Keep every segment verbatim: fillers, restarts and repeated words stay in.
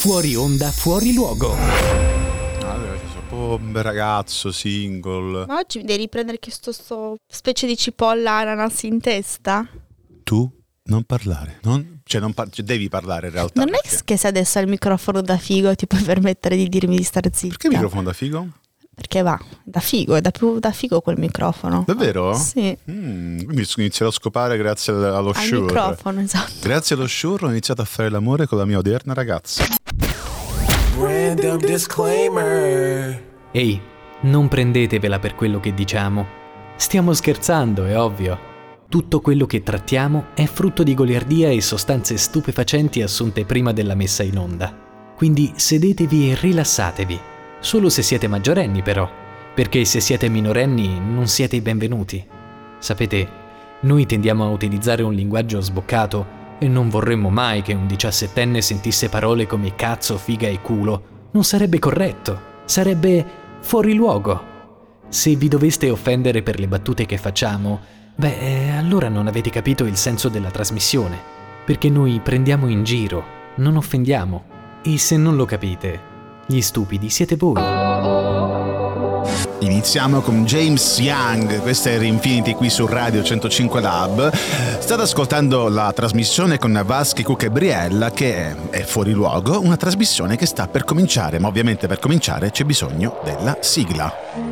Fuori onda, fuori luogo. Allora, c'è proprio un bel ragazzo single. Ma oggi mi devi riprendere che sto, sto specie di cipolla ananas in testa? Tu non parlare, non, cioè non par- cioè devi parlare in realtà. Non è perché... che se adesso hai il microfono da figo ti puoi permettere di dirmi di stare zitta. Perché il microfono da figo? Perché va, da figo, è da più da figo quel microfono. Davvero? Sì. Mm, quindi inizierò a scopare grazie allo Al Shure. microfono, esatto. Grazie allo Shure ho iniziato a fare l'amore con la mia odierna ragazza. Random disclaimer. Ehi, non prendetevela per quello che diciamo. Stiamo scherzando, è ovvio. Tutto quello che trattiamo è frutto di goliardia e sostanze stupefacenti assunte prima della messa in onda. Quindi sedetevi e rilassatevi. Solo se siete maggiorenni però, perché se siete minorenni non siete i benvenuti. Sapete, noi tendiamo a utilizzare un linguaggio sboccato e non vorremmo mai che un diciassettenne sentisse parole come cazzo, figa e culo. Non sarebbe corretto, sarebbe fuori luogo. Se vi doveste offendere per le battute che facciamo, beh, allora non avete capito il senso della trasmissione, perché noi prendiamo in giro, non offendiamo. E se non lo capite, gli stupidi siete voi. Iniziamo con James Young, questa è Infinity qui su Radio centocinque Lab. State ascoltando la trasmissione con Vaschi, Cook e Briella, che è Fuori Luogo, una trasmissione che sta per cominciare, ma ovviamente per cominciare c'è bisogno della sigla.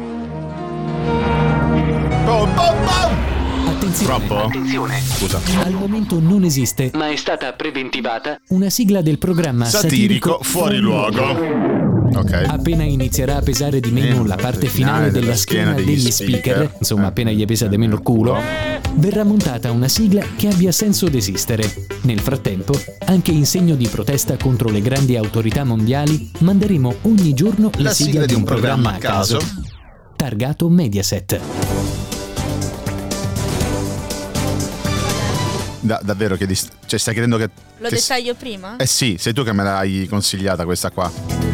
Bom, bom, bom! Attenzione, Troppo? attenzione. Scusa. Al momento non esiste, ma è stata preventivata, una sigla del programma Satirico, satirico Fuori Luogo. Ok. Appena inizierà a pesare di meno Eh, la parte finale della schiena degli speaker, insomma Eh. appena gli pesa di meno il culo, verrà montata una sigla che abbia senso d'esistere. Nel frattempo, anche in segno di protesta contro le grandi autorità mondiali, manderemo ogni giorno la, La sigla di un programma a caso, targato Mediaset. Da, davvero che dist- cioè stai chiedendo che Lo che dettaglio prima? Eh sì, sei tu che me l'hai consigliata questa qua.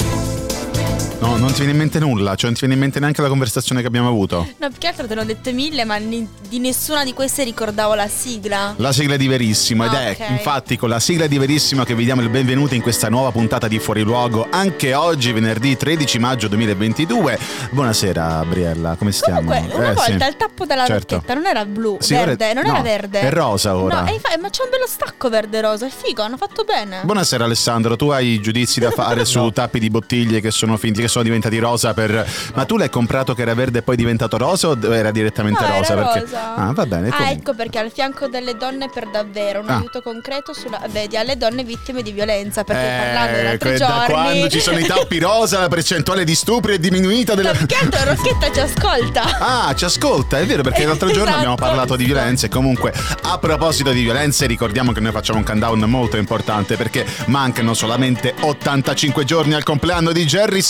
No, non ti viene in mente nulla, cioè non ti viene in mente neanche la conversazione che abbiamo avuto. No, più che altro te ne ho dette mille, ma ni- di nessuna di queste ricordavo la sigla. La sigla di Verissimo, ed Ah, è ok. infatti con la sigla di Verissimo che vi diamo il benvenuto in questa nuova puntata di Fuori Luogo, anche oggi venerdì tredici maggio duemilaventidue. Buonasera Briella, come stiamo? Comunque, una Eh, volta sì. il tappo della Certo. rocchetta non era blu, Sì, ora è- verde, non no, era verde. è rosa ora. No, e infa- ma c'è un bello stacco verde-rosa, è figo, hanno fatto bene. Buonasera Alessandro, tu hai giudizi da fare su tappi di bottiglie che sono finti, che sono diventati rosa per... Ma tu l'hai comprato che era verde e poi diventato rosa o era direttamente No, rosa? era Perché... rosa. Ah, va bene. Ah, comunque. ecco perché al fianco delle donne per davvero un Ah. aiuto concreto sulla, vedi, alle donne vittime di violenza, perché parlando Eh, l'altro da giorni quando ci sono i tappi rosa la percentuale di stupri è diminuita della... Perché altro Rocchetta ci ascolta. Ah, ci ascolta, è vero, perché l'altro giorno Esatto. abbiamo parlato di violenze. Comunque, a proposito di violenze, ricordiamo che noi facciamo un countdown molto importante, perché mancano solamente ottantacinque giorni al compleanno di Gerry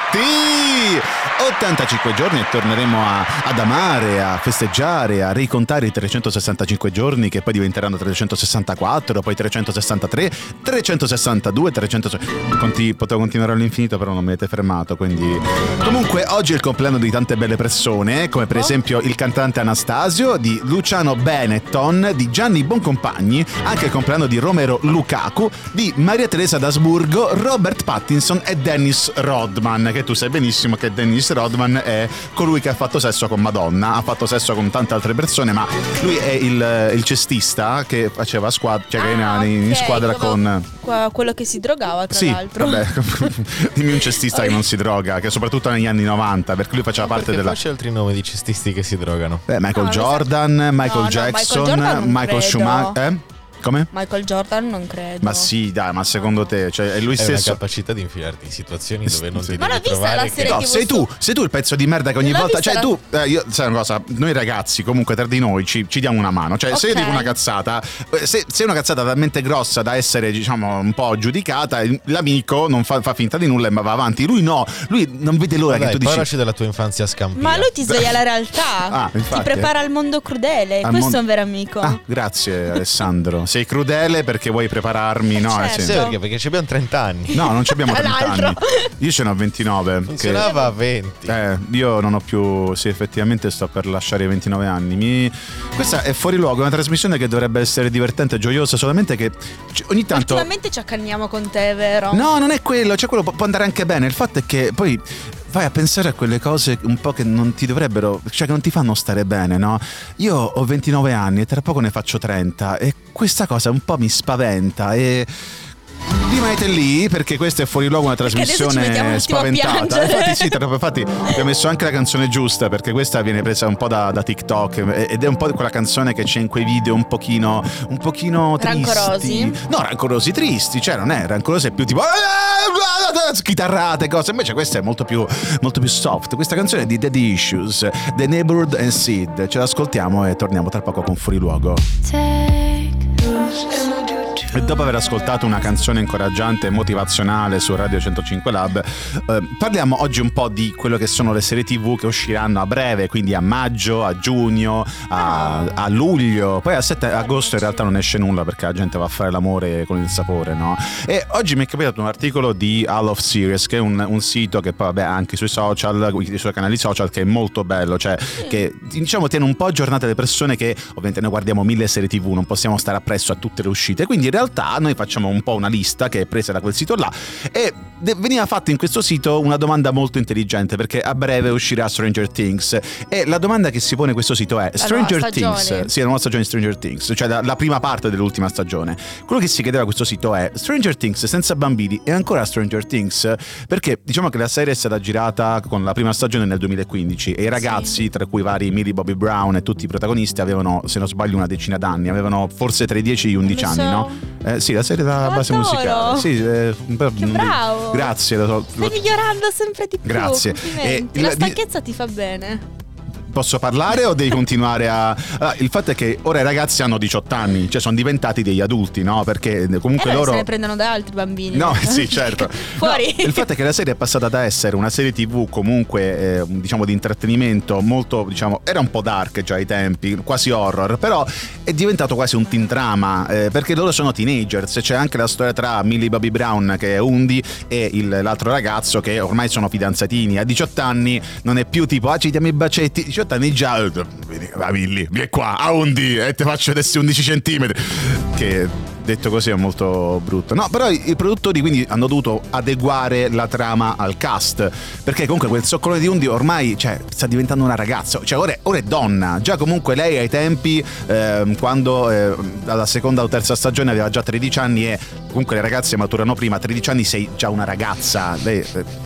Scotti. ottantacinque giorni e torneremo a, ad amare, a festeggiare, a ricontare i trecentosessantacinque giorni che poi diventeranno trecentosessantaquattro, poi trecentosessantatré, trecentosessantadue, trecento... Conti... Potevo continuare all'infinito, però non mi avete fermato, quindi... Comunque, oggi è il compleanno di tante belle persone, come per esempio il cantante Anastasio, di Luciano Benetton, di Gianni Boncompagni, anche il compleanno di Romero Lukaku, di Maria Teresa d'Asburgo, Robert Pattinson e Dennis Rodman, che tu sai benissimo che Dennis Rodman è colui che ha fatto sesso con Madonna, ha fatto sesso con tante altre persone, ma lui è il, il cestista che faceva squadra, cioè che era Ah, in ok, squadra come- con... Qua- quello che si drogava tra Sì, l'altro. vabbè, dimmi un cestista che non si droga, che soprattutto negli anni novanta, perché lui faceva parte Perché della... poi c'è altri nomi di cestisti che si drogano. Beh, Michael No, mi sa- Jordan, Michael No, no, Michael Jackson, Jordan non Michael credo. Schumacher... Eh? Come? Michael Jordan non credo. Ma sì, dai, ma secondo te, cioè è lui È una stesso... capacità di infilarti in situazioni dove non Sì. ti Ma devi l'ho vista trovare la che- serie No, T V sei tu, sei tu il pezzo di merda che ogni L'ho volta... vista Cioè la- tu, eh, io, sai una cosa, noi ragazzi comunque tra di noi ci, ci diamo una mano. Cioè se io Ok. dico una cazzata, eh, se, se è una cazzata talmente grossa da essere, diciamo, un po' giudicata, l'amico non fa, fa finta di nulla e va avanti. Lui no, lui non vede l'ora Dai, che tu dici... parlaci della tua infanzia a Scampia. Ma lui ti sveglia alla realtà. Ah, infatti. Ti prepara al mondo crudele. Al Questo mon- è un vero amico. Ah, grazie Alessandro. sei crudele perché vuoi prepararmi, no? certo. Eh, Sì, sì. perché? Perché ci abbiamo trenta anni. No, non ci abbiamo Tra trenta l'altro. anni. Io ce ne ho ventinove. Funzionava a venti. Che, eh, io non ho più. Sì, effettivamente sto per lasciare i ventinove anni. Mi... Questa è Fuori Luogo, una trasmissione che dovrebbe essere divertente e gioiosa, solamente che c- ogni tanto. Ultimamente ci accanniamo con te, vero? No, non è quello, cioè quello può può andare anche bene. Il fatto è che poi vai a pensare a quelle cose un po' che non ti dovrebbero, cioè che non ti fanno stare bene, no? Io ho ventinove anni e tra poco ne faccio trenta e questa cosa un po' mi spaventa e rimanete lì perché questa è Fuori Luogo, una Perché adesso ci mettiamo un trasmissione attimo a spaventata. piangere. Infatti sì, tra- infatti vi ho messo anche la canzone giusta perché questa viene presa un po' da, da TikTok ed è un po' quella canzone che c'è in quei video un pochino un pochino tristi. Rancorosi? No, rancorosi, tristi, cioè non è rancorosi, è più tipo chitarrate, cose. Invece questa è molto più molto più soft. Questa canzone è di Daddy Issues, The Neighborhood and Sid. Ce l'ascoltiamo e torniamo tra poco con Fuori Luogo. E dopo aver ascoltato una canzone incoraggiante e motivazionale su Radio centocinque Lab, eh, parliamo oggi un po' di quello che sono le serie tivù che usciranno a breve, quindi a maggio, a giugno, a, a luglio, poi a sette agosto in realtà non esce nulla perché la gente va a fare l'amore con il sapore, no? E oggi mi è capitato un articolo di All of Series, che è un, un sito che poi vabbè anche sui social, i suoi canali social, che è molto bello, cioè che diciamo tiene un po' aggiornate le persone, che ovviamente noi guardiamo mille serie tivù, non possiamo stare appresso a tutte le uscite, quindi in realtà noi facciamo un po' una lista che è presa da quel sito là e de- veniva fatta in questo sito una domanda molto intelligente perché a breve uscirà Stranger Things e la domanda che si pone questo sito è: Stranger Things, sì, la nuova stagione di Stranger Things, cioè la, la prima parte dell'ultima stagione. Quello che si chiedeva questo sito è: Stranger Things senza bambini è ancora Stranger Things? Perché diciamo che la serie è stata girata con la prima stagione nel duemilaquindici e i ragazzi, tra cui i vari Millie Bobby Brown e tutti i protagonisti, avevano, se non sbaglio, una decina d'anni, avevano forse tra i dieci e gli undici anni, no? Eh, sì, la serie da base Adoro. musicale. Sì, eh, Che bravo. Grazie. Lo, lo, Stai migliorando sempre di più. Grazie. Complimenti. E La il- stanchezza ti fa bene. Posso parlare o devi continuare a... Allora, il fatto è che ora i ragazzi hanno diciotto anni, cioè sono diventati degli adulti, no? Perché comunque Eh, loro... se ne prendono da altri bambini. No, sì, certo. Fuori. No, il fatto è che la serie è passata da essere una serie tivù comunque, eh, diciamo, di intrattenimento molto, diciamo, era un po' dark già ai tempi, quasi horror, però è diventato quasi un teen drama, eh, perché loro sono teenagers, c'è anche la storia tra Millie Bobby Brown, che è Undy, e il, l'altro ragazzo che ormai sono fidanzatini. A diciotto anni non è più tipo, ah, ci diamo i bacetti, diciotto anni già, eh, va Millie, vieni qua, a Undy, e te faccio adesso undici centimetri, che... detto così è molto brutto. No, però i, i produttori quindi hanno dovuto adeguare la trama al cast, perché comunque quel zoccolone di Undy ormai, cioè, sta diventando una ragazza, cioè ora è, ora è donna. Già comunque lei ai tempi, eh, quando eh, alla seconda o terza stagione aveva già tredici anni e comunque le ragazze maturano prima, a tredici anni sei già una ragazza. Lei, eh,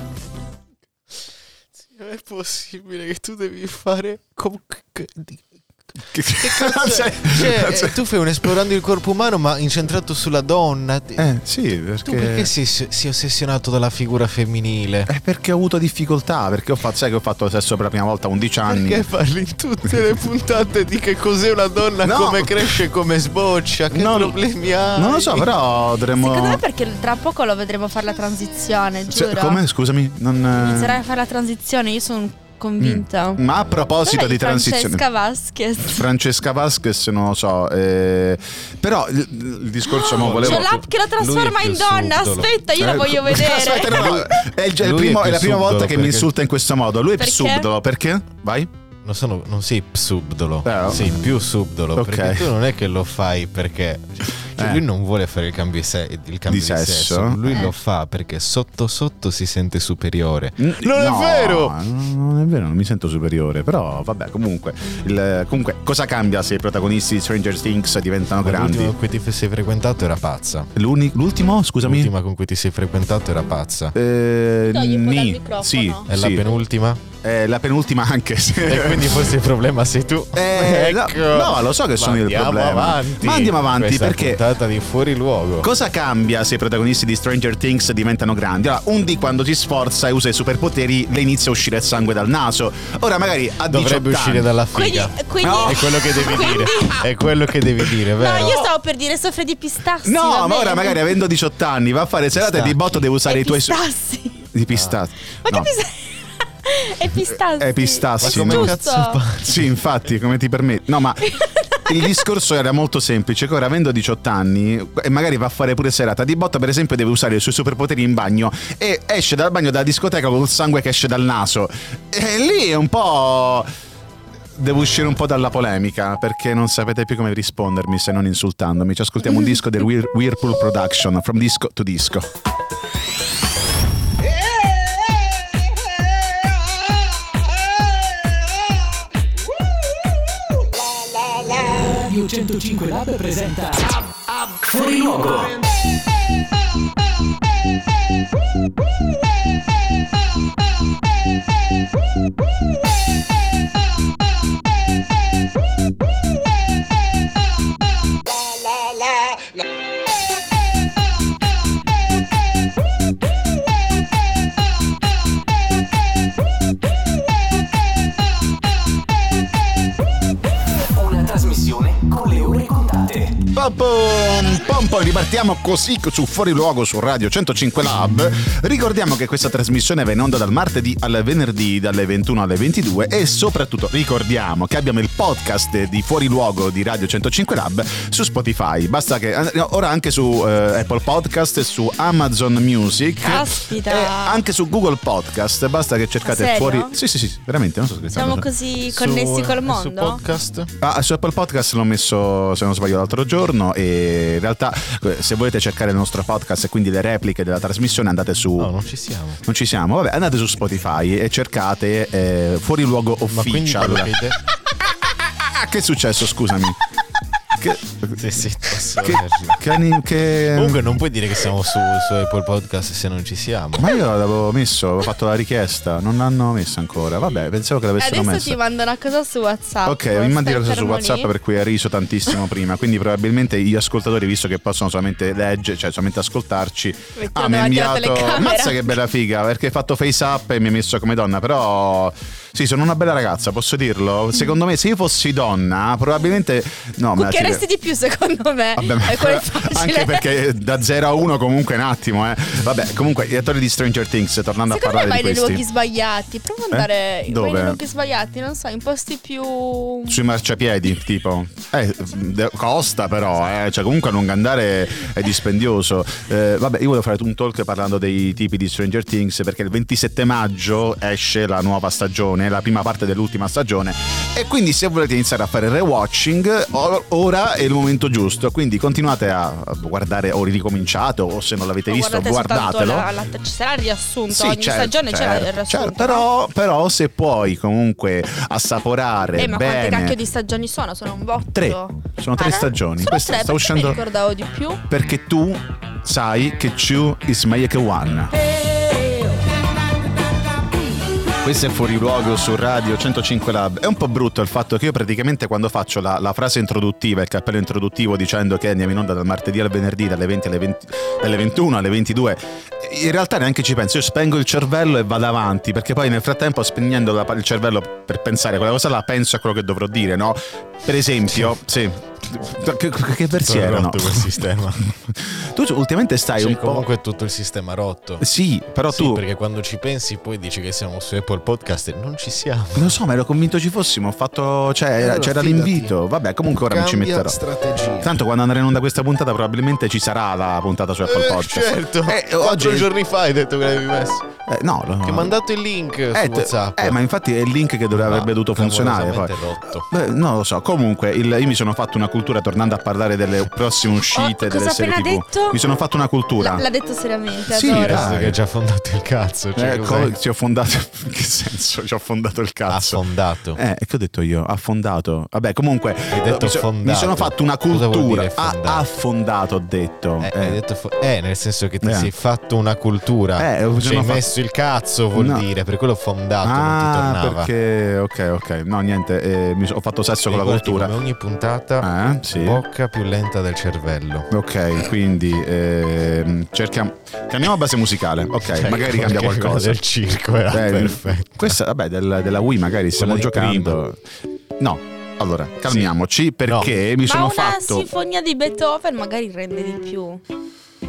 Non è possibile che tu devi fare com- che che, cazzo cioè, cioè, cioè, tu fai un esplorando il corpo umano ma incentrato sulla donna. eh sì, perché... Tu perché sei, sei ossessionato dalla figura femminile? Eh, perché ho avuto difficoltà, perché ho fatto, sai che ho fatto sesso per la prima volta a undici anni. Perché parli in tutte le puntate di che cos'è una donna, No. come cresce, come sboccia, che No, problemi ha? Non lo so, però dovremmo... Secondo me perché tra poco lo vedremo fare la transizione, giuro. Cioè, come? Scusami, non... Inizierai a fare la transizione, io sono convinta. Ma a proposito Dov'è di transizione, Francesca Vasquez. Francesca Vasquez non lo so, eh, però il, il discorso mo volevo... C'ho l'app che la trasforma Lui è in più donna. subdolo. Aspetta, io la Eh, voglio vedere. Aspetta, no, no, è, il, è, il Lui primo- è è la più prima volta subdolo che mi perché- insulta in questo modo. Lui è più Perché? subdolo, perché? Vai. Non, sono, non sei subdolo, Eh, sei più subdolo, ok. perché tu non è che lo fai perché cioè, Eh. lui non vuole fare il cambio di, se- il cambio Di di sesso. sesso? Lui Eh. lo fa perché sotto sotto si sente superiore. Mm, Non è no, vero! Non è vero, non mi sento superiore. Però vabbè, comunque, il, comunque cosa cambia se i protagonisti di Stranger Things diventano Ma grandi? l'ultima con cui ti sei frequentato era pazza. L'uni- l'ultimo, scusami? L'ultima con cui ti sei frequentato era pazza. Eh, Togli un po' dal ni. microfono. Sì, È la sì. penultima? Eh, la penultima anche. Sì. E quindi forse il problema sei tu. Eh, no, Ecco. no, lo so che Ma sono il andiamo problema. avanti. Ma andiamo avanti Questa perché puntata di Fuori Luogo. cosa cambia se i protagonisti di Stranger Things diventano grandi? Allora, Undy quando si sforza e usa i superpoteri le inizia a uscire il sangue dal naso. Ora magari a Dovrebbe diciotto uscire anni, dalla Quindi, figa. quindi No. È quello che devi quindi- dire. È quello che devi dire, No, vero? io stavo per dire soffre di pistassi. No, va ma ora bene. magari avendo diciotto anni va a fare serate e di botto deve usare È i tuoi su- pistassi. di pistazzi. Ma No. che pistassi? È pistassi. È pistassi, Ma come no? Giusto. cazzo parli? Sì, infatti, come ti permetti? No, ma il discorso era molto semplice, che ora avendo diciotto anni e magari va a fare pure serata di botta, per esempio deve usare i suoi superpoteri in bagno e esce dal bagno dalla discoteca con il sangue che esce dal naso, e lì è un po'... Devo uscire un po' dalla polemica perché non sapete più come rispondermi se non insultandomi. Ci ascoltiamo un disco del Whir- Whirlpool Production, From Disco to Disco. Radio centocinque Lab presenta Fuori Luogo. Pom pom pom, ripartiamo così su Fuori Luogo su Radio centocinque Lab. Ricordiamo che questa trasmissione va in onda dal martedì al venerdì dalle ventuno alle ventidue e soprattutto ricordiamo che abbiamo il podcast di Fuori Luogo di Radio centocinque Lab su Spotify. Basta che ora anche su eh, Apple Podcast e su Amazon Music. Caspita. E anche su Google Podcast. Basta che cercate Serio? Fuori. Sì, sì, sì, veramente, non sto scherzando. Siamo così connessi Su- col Su mondo? podcast? Ah, su Apple Podcast l'ho messo, se non sbaglio, l'altro giorno, e in realtà se volete cercare il nostro podcast e quindi le repliche della trasmissione andate su... No, non ci siamo. Non ci siamo? Vabbè, andate su Spotify e cercate eh, Fuori Luogo Ma quindi Official. quello che hai detto... Ah, che è successo, scusami? Che... Sì, sì, posso Che, averlo. che, ani- che- Comunque non puoi dire che siamo su, su Apple Podcast se non ci siamo. Ma io l'avevo messo, avevo fatto la richiesta, non l'hanno messa ancora. Vabbè, pensavo che l'avessero Adesso messa. ti mandano a cosa su WhatsApp. Ok, mi mandi la cosa Stai su fermo WhatsApp lì? per cui hai riso tantissimo prima. Quindi probabilmente gli ascoltatori, visto che possono solamente leggere, cioè solamente ascoltarci, Mettono ah, mi ha davanti alla inviato. telecamera. Mazza che bella figa, perché hai fatto face up e mi hai messo come donna. Però sì, sono una bella ragazza, posso dirlo. Secondo me, se io fossi donna, probabilmente no, me la Cuccheresti di più, secondo me. Vabbè, ma E quello è facile. anche perché da zero a uno comunque un attimo, eh. Vabbè, comunque gli attori di Stranger Things, tornando Secondo a me parlare vai di nei questi. luoghi sbagliati. Prova ad Eh? andare Dove? vai nei luoghi sbagliati, non so, in posti più. Sui marciapiedi, tipo. Eh, de- costa però, eh. Cioè comunque a lungo andare è dispendioso. Eh, vabbè, io volevo fare un talk parlando dei tipi di Stranger Things perché il ventisette maggio esce la nuova stagione, la prima parte dell'ultima stagione. E quindi se volete iniziare a fare rewatching, o- ora è il momento giusto. Quindi continuate a guardare, o ricominciato, o se non l'avete O visto, guardate soltanto guardatelo. la- la- ci sarà il riassunto. Sì, Ogni certo, stagione c'è certo, il riassunto. certo, però, però se puoi comunque assaporare Eh, ma bene. quante cacchio di stagioni sono? Sono un botto. Tre. Sono tre Ah, no? stagioni. Sono Questa tre, sta perché uscendo- mi ricordavo di più. Perché tu sai che two is meglio che one. Questo è Fuori Luogo su Radio centocinque Lab. È un po' brutto il fatto che io praticamente quando faccio la, la frase introduttiva, il cappello introduttivo dicendo che andiamo in onda dal martedì al venerdì dalle venti alle venti, dalle ventuno alle ventidue, in realtà neanche ci penso, io spengo il cervello e vado avanti, perché poi nel frattempo spegnendo la- il cervello per pensare a quella cosa là penso a quello che dovrò dire, no? Per esempio, sì. Che, che versi Tutto erano? rotto quel sistema. Tu ultimamente stai Cioè, un po'... comunque tutto il sistema rotto. Sì, però Sì, tu... perché quando ci pensi poi dici che siamo su Apple Podcast e non ci siamo. Lo so, ma ero convinto ci fossimo. Ho fatto. Cioè, Allora, c'era fidati. l'invito. Vabbè, comunque ora mi ci Cambia metterò. strategia. Tanto quando andrà in onda questa puntata, probabilmente ci sarà la puntata su Apple Eh, Podcast. certo. Eh, Quattro oggi. giorni fa hai detto che l'avevi messo. Eh, no, no. Ti ho mandato il link eh, su te- WhatsApp. eh, ma infatti è il link che dovrebbe, Ah, avrebbe dovuto funzionare. Poi. clamorosamente rotto. Beh, non lo so. Comunque, il- io mi sono fatto una cultura tornando a parlare delle prossime uscite Oh, delle cosa serie appena tivù. detto? Mi sono fatto una cultura. L- l'ha detto seriamente, Sì, adoro. dai. Adesso che hai già fondato il cazzo. Cioè, Eh, cos'è? co- ci ho fondato. In che senso? Ci ho fondato il cazzo. Affondato. Eh, che ho detto io? Affondato. Vabbè, comunque. Hai detto mi, so- fondato. mi sono fatto una Cosa vuol cultura. dire Ah, fondato? affondato, ho detto. Eh, Eh. hai detto fo- eh, nel senso che ti Eh. sei fatto una cultura. Eh, ho- ci sono hai fa- messo il cazzo, vuol No. dire, per quello fondato non ti Ah, tornava. perché. Ok, ok. No, niente. eh, mi so- ho fatto sesso con la Ricordati, cultura. come ogni puntata, Eh, sì. bocca più lenta del cervello. Ok, quindi ehm, cerchiamo. Cambiamo base musicale. Ok, Cioè, magari come cambia che quella qualcosa. del circo era Eh, perfetta. Questa, vabbè, del- della Wii magari stiamo di giocando. No, allora, calmiamoci perché mi Ma sono una fatto. sinfonia di Beethoven magari rende di più.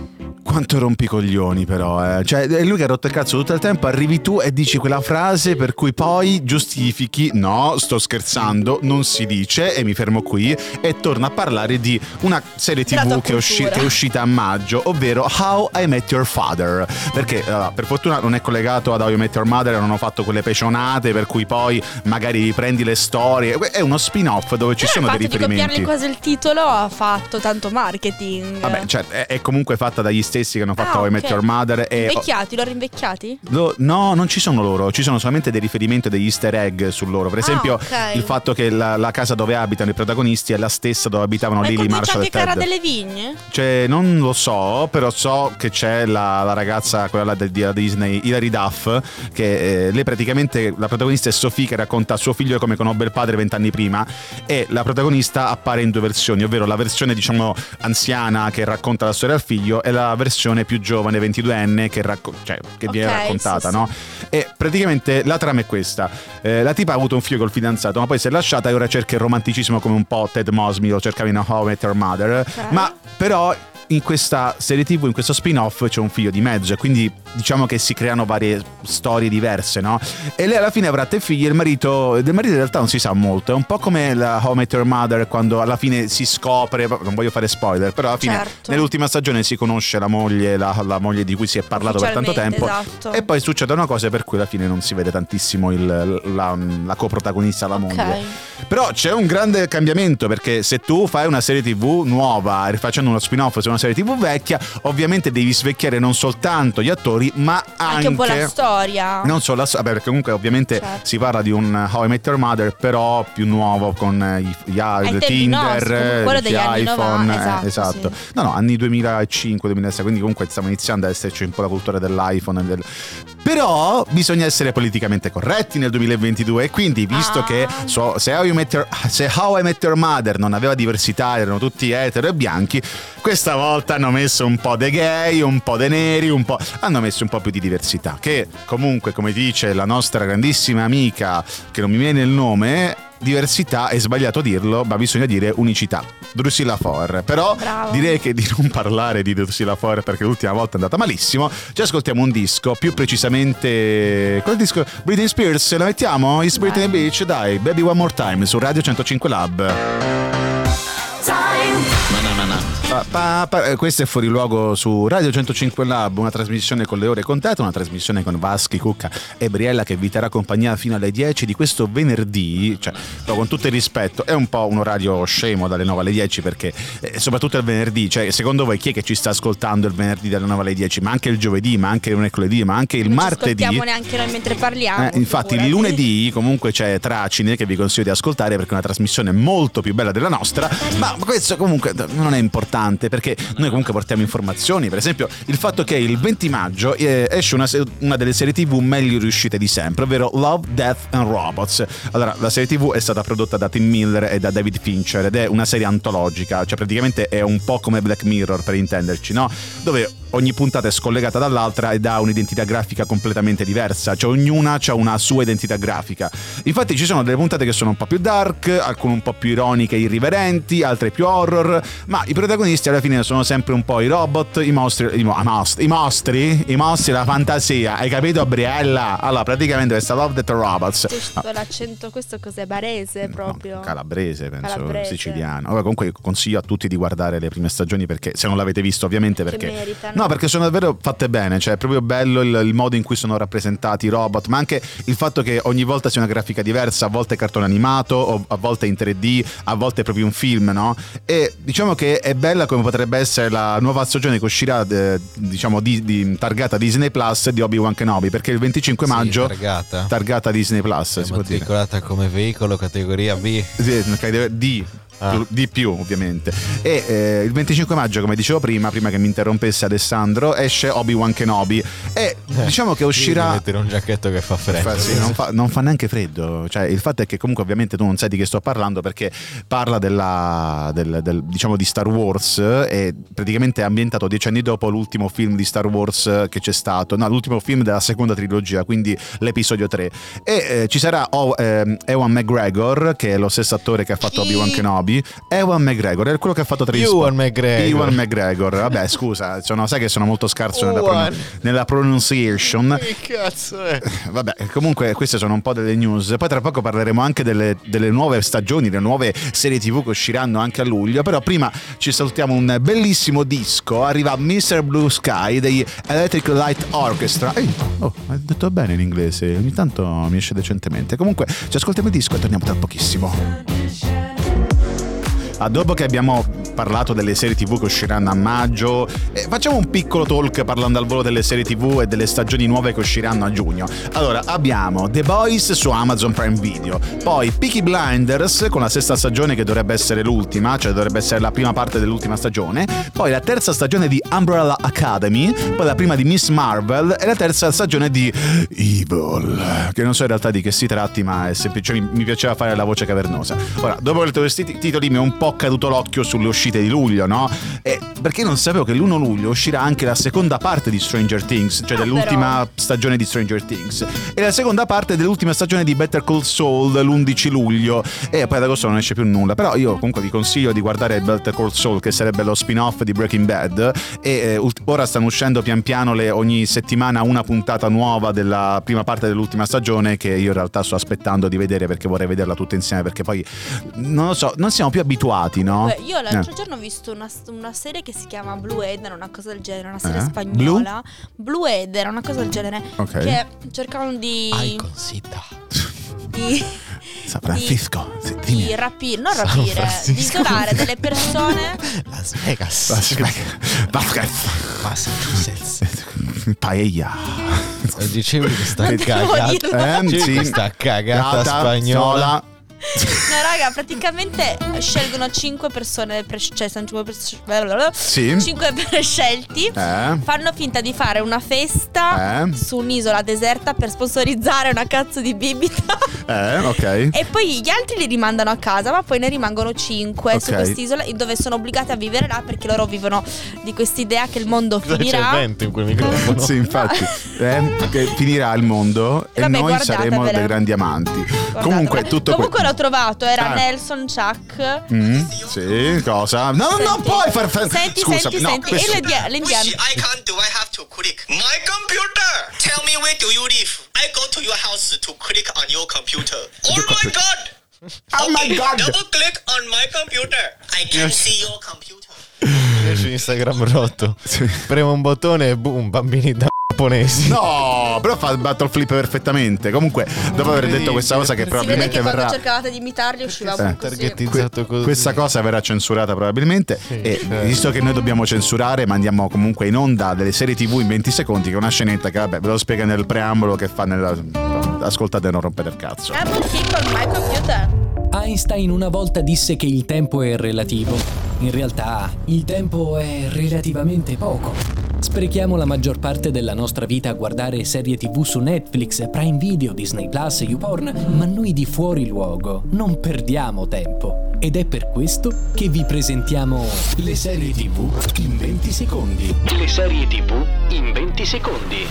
Quanto rompicoglioni però, eh. Cioè è lui che ha rotto il cazzo tutto il tempo, arrivi tu e dici quella frase per cui poi giustifichi, no, sto scherzando, non si dice, e mi fermo qui, e torna a parlare di una serie tv che è, usci- che è uscita a maggio, ovvero How I Met Your Father, perché uh, per fortuna non è collegato ad How I Met Your Mother, non ho fatto quelle pecionate per cui poi magari prendi le storie, è uno spin-off dove ci Però sono dei riferimenti. Il fatto di copiargli quasi il titolo ha fatto tanto marketing. Vabbè, cioè è, è comunque fatta dagli stessi che hanno fatto ah, How I okay. Met Your Mother e invecchiati, loro invecchiati? Lo, no, non ci sono loro, ci sono solamente dei riferimenti, degli easter egg su loro. Per esempio, ah, okay. il fatto che la, la casa dove abitano i protagonisti è la stessa dove abitavano Ma Lily, Marshall e che Cara Ted. delle Vigne? Cioè, non lo so, però so che c'è la, la ragazza, quella là della Disney, Hilary Duff, che eh, lei praticamente, la protagonista è Sophie, che racconta a suo figlio come conobbe il padre vent'anni prima, e la protagonista appare in due versioni, ovvero la versione diciamo anziana che racconta la storia al figlio e la versione più giovane, ventiduenne, che, racco- cioè, che okay, viene raccontata, sì, no? Sì. E praticamente la trama è questa: eh, la tipa ha avuto un figlio col fidanzato, ma poi si è lasciata e ora cerca il romanticismo come un po' Ted Mosby lo cercava in How I Met Your Mother, okay. Ma però in questa serie tv, in questo spin-off, c'è un figlio di mezzo e quindi diciamo che si creano varie storie diverse, no? E lei alla fine avrà tre figli e il marito, del marito in realtà non si sa molto, è un po' come la How I Met Your Mother, quando alla fine si scopre, non voglio fare spoiler, però alla fine certo. nell'ultima stagione si conosce la moglie, la, la moglie di cui si è parlato per tanto tempo, esatto. E poi succedono cose per cui alla fine non si vede tantissimo il, la, la coprotagonista, la moglie, okay. Però c'è un grande cambiamento, perché se tu fai una serie tv nuova rifacendo uno spin-off su una serie tv vecchia, ovviamente devi svecchiare non soltanto gli attori ma anche, anche un po' la storia, non solo la storia, perché comunque ovviamente certo. si parla di un How I Met Your Mother però più nuovo, con gli, gli il Tinder, nostri, gli iPhone, novanta, eh, esatto, sì. no no anni duemilacinque duemilasei, quindi comunque stiamo iniziando ad esserci un po' la cultura dell'iPhone del... Però bisogna essere politicamente corretti nel duemilaventidue, e quindi visto ah. che so, se, How I Met Your, se How I Met Your Mother non aveva diversità, erano tutti etero e bianchi, questa volta hanno messo un po' dei gay, un po' dei neri, un po'... hanno messo un po' più di diversità, che comunque, come dice la nostra grandissima amica, che non mi viene il nome, diversità è sbagliato dirlo, ma bisogna dire unicità. Drusilla Foer. Però Bravo. direi che di non parlare di Drusilla Foer, perché l'ultima volta è andata malissimo. Ci ascoltiamo un disco, più precisamente quel disco Britney Spears, la mettiamo? It's Britney Beach, dai, Baby One More Time su Radio centocinque Lab. Pa, pa, pa, questo è Fuori Luogo su Radio centocinque Lab, una trasmissione con le ore contate, una trasmissione con Vaschi, Cucca e Briella, che vi terrà compagnia fino alle dieci di questo venerdì. Cioè, con tutto il rispetto, è un po' un orario scemo dalle nove alle dieci, perché eh, soprattutto il venerdì, cioè secondo voi chi è che ci sta ascoltando il venerdì dalle nove alle dieci, ma anche il giovedì, ma anche il mercoledì, ma anche il non martedì? Non ci ascoltiamo neanche noi mentre parliamo. Eh, infatti il lunedì comunque c'è Tracine, che vi consiglio di ascoltare perché è una trasmissione molto più bella della nostra, ma questo comunque non è importante, perché noi comunque portiamo informazioni. Per esempio il fatto che il venti maggio eh, esce una, una delle serie tv meglio riuscite di sempre, ovvero Love, Death and Robots. Allora, la serie tv è stata prodotta da Tim Miller e da David Fincher ed è una serie antologica, cioè praticamente è un po' come Black Mirror, per intenderci, no? Dove ogni puntata è scollegata dall'altra ed ha un'identità grafica completamente diversa, cioè ognuna ha una sua identità grafica. Infatti ci sono delle puntate che sono un po' più dark, alcune un po' più ironiche e irriverenti, altre più horror, ma i protagonisti alla fine sono sempre un po' i robot, i mostri, i, mo- i mostri, i mostri, la fantasia, hai capito, Briella? Allora, praticamente questa Love, Death and Robots. Giusto, no. L'accento, questo cos'è? Barese proprio? No, calabrese, penso, calabrese. Siciliano. Allora, comunque consiglio a tutti di guardare le prime stagioni, perché se non l'avete visto, ovviamente, perché meritano. No, perché sono davvero fatte bene, cioè è proprio bello il, il modo in cui sono rappresentati i robot, ma anche il fatto che ogni volta sia una grafica diversa, a volte è cartone animato, o a volte è in tre D, a volte è proprio un film, no? E diciamo che è bella come potrebbe essere la nuova stagione che uscirà, eh, diciamo, di, di targata Disney Plus di Obi-Wan Kenobi, perché il venticinque maggio sì, targata targata Disney Plus, è si può dire, matricolata come veicolo categoria B, sì, D Ah. di più ovviamente. E eh, il venticinque maggio, come dicevo prima prima che mi interrompesse Alessandro, esce Obi-Wan Kenobi e eh, diciamo che uscirà. Devi mettere un giacchetto che fa freddo. Fa, sì, non, fa, non fa neanche freddo, cioè il fatto è che comunque ovviamente tu non sai di che sto parlando, perché parla della del, del, diciamo di Star Wars, e praticamente è ambientato dieci anni dopo l'ultimo film di Star Wars che c'è stato, no, l'ultimo film della seconda trilogia, quindi l'episodio tre, e eh, ci sarà oh, eh, Ewan McGregor, che è lo stesso attore che ha fatto Obi-Wan Kenobi, Kenobi, Ewan McGregor, è quello che ha fatto Trainspotting. Ewan McGregor. Ewan McGregor, vabbè scusa, sono, sai che sono molto scarso nella, pron- nella pronunciation. Che cazzo è? Vabbè, comunque queste sono un po' delle news. Poi tra poco parleremo anche delle, delle nuove stagioni, le nuove serie tv che usciranno anche a luglio. Però prima ci salutiamo un bellissimo disco. Arriva mister Blue Sky dei Electric Light Orchestra. Ehi, oh, hai detto bene in inglese, ogni tanto mi esce decentemente. Comunque ci ascoltiamo il disco e torniamo tra pochissimo. Ah, dopo che abbiamo parlato delle serie tv che usciranno a maggio, eh, facciamo un piccolo talk parlando al volo delle serie tv e delle stagioni nuove che usciranno a giugno. Allora, abbiamo The Boys su Amazon Prime Video, poi Peaky Blinders con la sesta stagione che dovrebbe essere l'ultima, cioè dovrebbe essere la prima parte dell'ultima stagione, poi la terza stagione di Umbrella Academy, poi la prima di Miss Marvel e la terza stagione di Evil, che non so in realtà di che si tratti, ma è semplice, mi, mi piaceva fare la voce cavernosa. Ora, dopo aver letto questi titoli mi è un po' caduto l'occhio sulle uscite di luglio, no? E perché non sapevo che l'primo luglio uscirà anche la seconda parte di Stranger Things, cioè ah, dell'ultima però. stagione di Stranger Things, e la seconda parte dell'ultima stagione di Better Call Saul l'undici luglio, e poi ad agosto non esce più nulla. Però io comunque vi consiglio di guardare Better Call Saul, che sarebbe lo spin-off di Breaking Bad, e eh, ora stanno uscendo pian piano le, ogni settimana una puntata nuova della prima parte dell'ultima stagione, che io in realtà sto aspettando di vedere perché vorrei vederla tutta insieme, perché poi non lo so, non siamo più abituati, no? Beh, io l'altro eh. giorno ho visto una, una serie che si chiama Blue Eden, una cosa del genere, una serie eh? spagnola. Blue? Blue Eden, una cosa del genere. Ok. Che cercavano di Ai consita. di San Francisco, di, di rapire, non rapire, di isolare delle persone. Las Vegas. Las Vegas. Massachusetts. Paella. E dicevi che sta Non devo cagata. dirlo. Eh, Dicevi sì. che sta cagata Gata, spagnola. sola. No raga, praticamente scelgono cinque persone pre- cioè sono cinque persone Sì. cinque prescelti. Eh. Fanno finta di fare una festa Eh. su un'isola deserta per sponsorizzare una cazzo di bibita. Eh, ok. E poi gli altri li rimandano a casa, ma poi ne rimangono cinque su Ok. quest'isola, dove sono obbligati a vivere là perché loro vivono di quest'idea che il mondo Cosa finirà. c'è vento in quel microfono? Sì, infatti. Eh, che finirà il mondo e Vabbè, noi guardatevela. saremo dei grandi amanti. Guardatevela. Comunque tutto Comunque que- l'ho trovato, era Ah. Nelson Chuck. Mm, sì, cosa? No, Senti. non puoi far fa- Senti, Scusa, senti, no, senti. questo- E l'india- l'indiano. Which icon do I have to click? My computer! Tell me where do you live? I go to your house to click on your computer. Oh my computer. god! Oh my Okay, God. Double click on my computer. I can see your computer. Io su Instagram rotto. Sì. Premo un bottone e boom, bambini da giapponesi. No, però fa il battle flip perfettamente. Comunque, dopo aver detto questa cosa che Si vede probabilmente che quando verrà cercavate di imitarli usciva Eh. un così. Targetizzato così. questa cosa verrà censurata probabilmente, e certo. visto che noi dobbiamo censurare, mandiamo comunque in onda delle serie tv in venti secondi, che è una scenetta che vabbè ve lo spiega nel preambolo che fa nella... ascoltate e non rompete il cazzo. Double click on my computer. Einstein una volta disse che il tempo è relativo. In realtà, il tempo è relativamente poco. Sprechiamo la maggior parte della nostra vita a guardare serie tv su Netflix, Prime Video, Disney Plus, YouPorn, ma noi di fuori luogo non perdiamo tempo. Ed è per questo che vi presentiamo le serie tv in venti secondi. Le serie tv in venti secondi.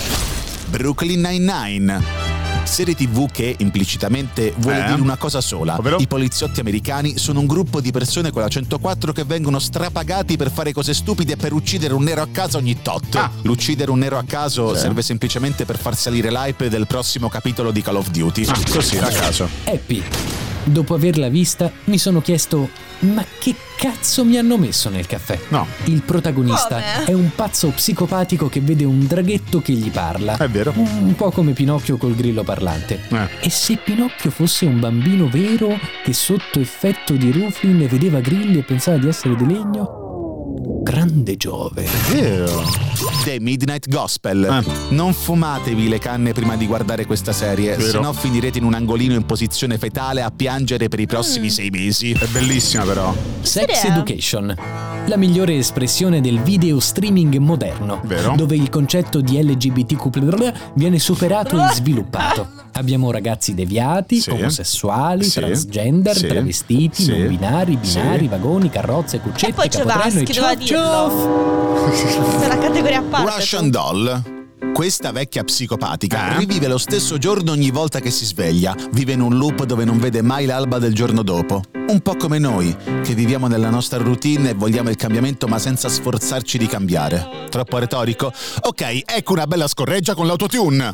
Brooklyn Nine-Nine. Serie tv che implicitamente vuole Eh? dire una cosa sola. Ovvero? I poliziotti americani sono un gruppo di persone con la centoquattro che vengono strapagati per fare cose stupide e per uccidere un nero a caso ogni tot. Ah. L'uccidere un nero a caso Sì. serve semplicemente per far salire l'hype del prossimo capitolo di Call of Duty. Ah, così, a caso. Happy. Dopo averla vista, mi sono chiesto: ma che cazzo mi hanno messo nel caffè? No. Il protagonista Come? è un pazzo psicopatico che vede un draghetto che gli parla. È vero. Un po' come Pinocchio col grillo parlante. Eh. E se Pinocchio fosse un bambino vero che sotto effetto di Rufin vedeva grilli e pensava di essere di legno? Grande Giove. Vero. The Midnight Gospel. Eh. Non fumatevi le canne prima di guardare questa serie, Vero. se no finirete in un angolino in posizione fetale a piangere per i prossimi sei mesi. È bellissima però. Sex serie è? Education. La migliore espressione del video streaming moderno, Vero. dove il concetto di L G B T Q viene superato e sviluppato. Abbiamo ragazzi deviati, Sì. omosessuali, Sì. transgender, Sì. travestiti, Sì. non binari, binari, Sì. vagoni, carrozze, cuccette, E poi c'è capotreno Vaschi, e doveva ciao ciao. C'è una categoria a parte. Russian Doll. Questa vecchia psicopatica Eh? rivive lo stesso giorno ogni volta che si sveglia. Vive in un loop dove non vede mai l'alba del giorno dopo. Un po' come noi, che viviamo nella nostra routine e vogliamo il cambiamento ma senza sforzarci di cambiare. Troppo retorico? Ok, ecco una bella scorreggia con l'autotune.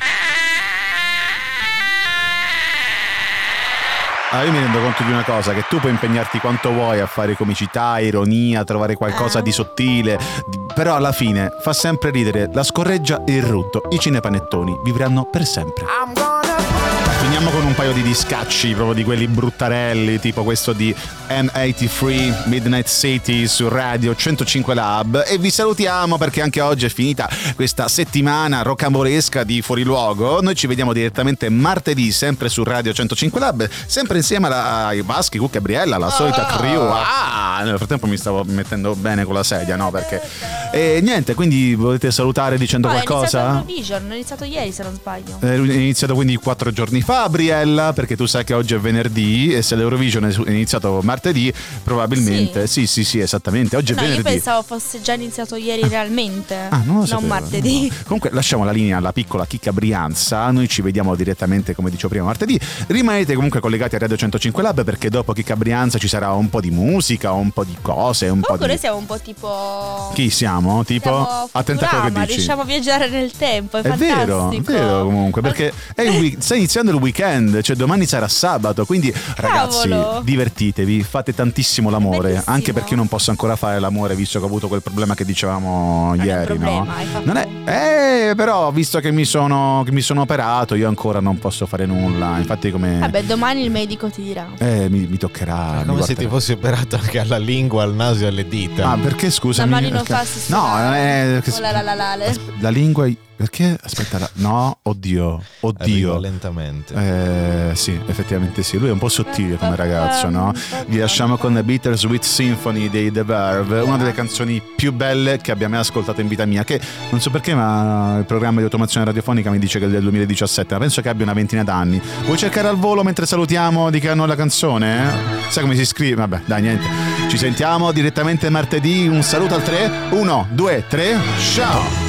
Ah, io mi rendo conto di una cosa, che tu puoi impegnarti quanto vuoi a fare comicità, ironia, trovare qualcosa di sottile, però alla fine fa sempre ridere la scorreggia e il rutto. I cinepanettoni vivranno per sempre. Finiamo con un paio di discacci, proprio di quelli bruttarelli, tipo questo di M ottantatré Midnight City su Radio centocinque Lab, e vi salutiamo perché anche oggi è finita questa settimana rocambolesca di Fuori Luogo. Noi ci vediamo direttamente martedì sempre su Radio centocinque Lab, sempre insieme alla, ai Vaschi, Cucca e Briella, la solita crew. Ah, nel frattempo mi stavo mettendo bene con la sedia, no? Perché e niente, quindi volete salutare dicendo oh, qualcosa? È iniziato Eurovision, è iniziato ieri se non sbaglio. È iniziato quindi quattro giorni fa, Briella, perché tu sai che oggi è venerdì e se l'Eurovision è iniziato martedì probabilmente sì sì sì, sì esattamente, oggi no, è venerdì. Io pensavo fosse già iniziato ieri realmente, ah, non, lo non martedì. No. Comunque lasciamo la linea alla piccola chicca Brianza, noi ci vediamo direttamente come dicevo prima martedì. Rimanete comunque collegati a Radio centocinque Lab perché dopo chicca Brianza ci sarà un po' di musica, un po' di cose, un comunque po' di... noi siamo un po' tipo... Chi siamo? Tipo? Siamo attenta a quello che dici. Riusciamo a viaggiare nel tempo, è, è fantastico. vero, è vero comunque, perché è il week- sta iniziando il weekend, cioè domani sarà sabato, quindi ragazzi Cavolo. divertitevi, fate tantissimo l'amore, Bellissimo. anche perché io non posso ancora fare l'amore visto che ho avuto quel problema che dicevamo non ieri, è un problema, no? hai fatto... Non è, eh, però visto che mi sono che mi sono operato, io ancora non posso fare nulla, infatti come Vabbè, domani il medico ti dirà. eh mi, mi toccherà. È come mi se ti guarderà. fossi operato anche alla lingua, al naso e alle dita. Ah, perché scusami? La mani non Perché- fa si No, non è che- Oh, la, la, la, la, le. la lingua perché aspetta, la- no, oddio, Arriva oddio. lentamente. Eh, sì, effettivamente sì, lui è un po' sottile come ragazzo, no? Vi lasciamo con The Bittersweet Symphony dei The Verve, una delle canzoni più belle che abbia mai ascoltato in vita mia, che non so perché ma il programma di automazione radiofonica mi dice che è del duemiladiciassette, ma penso che abbia una ventina d'anni. Vuoi cercare al volo mentre salutiamo di che hanno la canzone? Sai come si scrive? Vabbè, dai, niente. Ci sentiamo direttamente martedì, un saluto al tre, uno, due, tre, ciao!